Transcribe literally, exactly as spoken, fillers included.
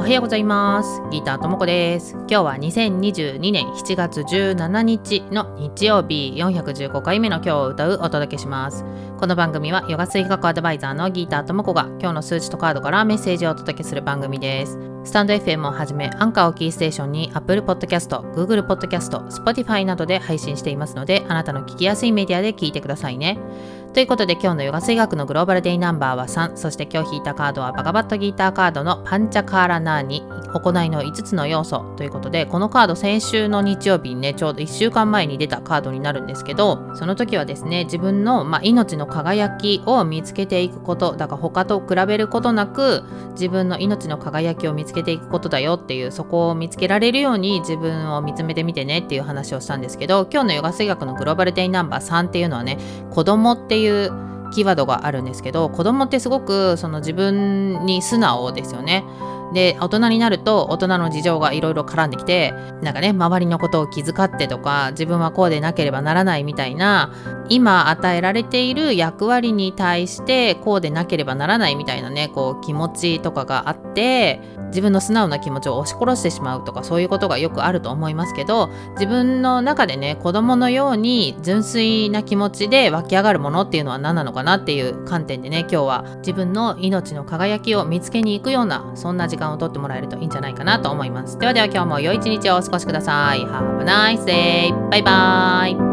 はようございます。ギターともこです。今日はにせんにじゅうにねんしちがつじゅうしちにちの日曜日、よんひゃくじゅうごかいめの今日を歌うお届けします。この番組はヨガ水学アドバイザーのギターともこが今日の数字とカードからメッセージをお届けする番組です。スタンド エフエム をはじめアンカーをキーステーションに Apple Podcast、Google Podcast、Spotify などで配信していますので、あなたの聞きやすいメディアで聞いてくださいね。ということで今日のヨガ水学のグローバルデイナンバーはさん、そして今日引いたカードはバガバットギーターカードのパンチャカーラナーニ、行いのいつつの要素ということで、このカード先週の日曜日にね、ちょうどいっしゅうかんまえに出たカードになるんですけど、その時はですね、自分の、まあ、命の輝きを見つけていくこと、だから他と比べることなく自分の命の輝きを見つけていくことだよっていう、そこを見つけられるように自分を見つめてみてねっていう話をしたんですけど、今日のヨガ水学のグローバルデイナンバーさんっていうのはね、子供っていうキーワードがあるんですけど、子供ってすごくその自分に素直ですよね。で、大人になると大人の事情がいろいろ絡んできて、なんかね、周りのことを気遣ってとか、自分はこうでなければならないみたいな、今与えられている役割に対してこうでなければならないみたいなね、こう気持ちとかがあって、自分の素直な気持ちを押し殺してしまうとか、そういうことがよくあると思いますけど、自分の中でね、子供のように純粋な気持ちで湧き上がるものっていうのは何なのかなっていう観点でね、今日は自分の命の輝きを見つけに行くような、そんな時間をとってもらえるといいんじゃないかなと思います。ではでは今日も良い一日をお過ごしください。Have a nice day. バイバイ。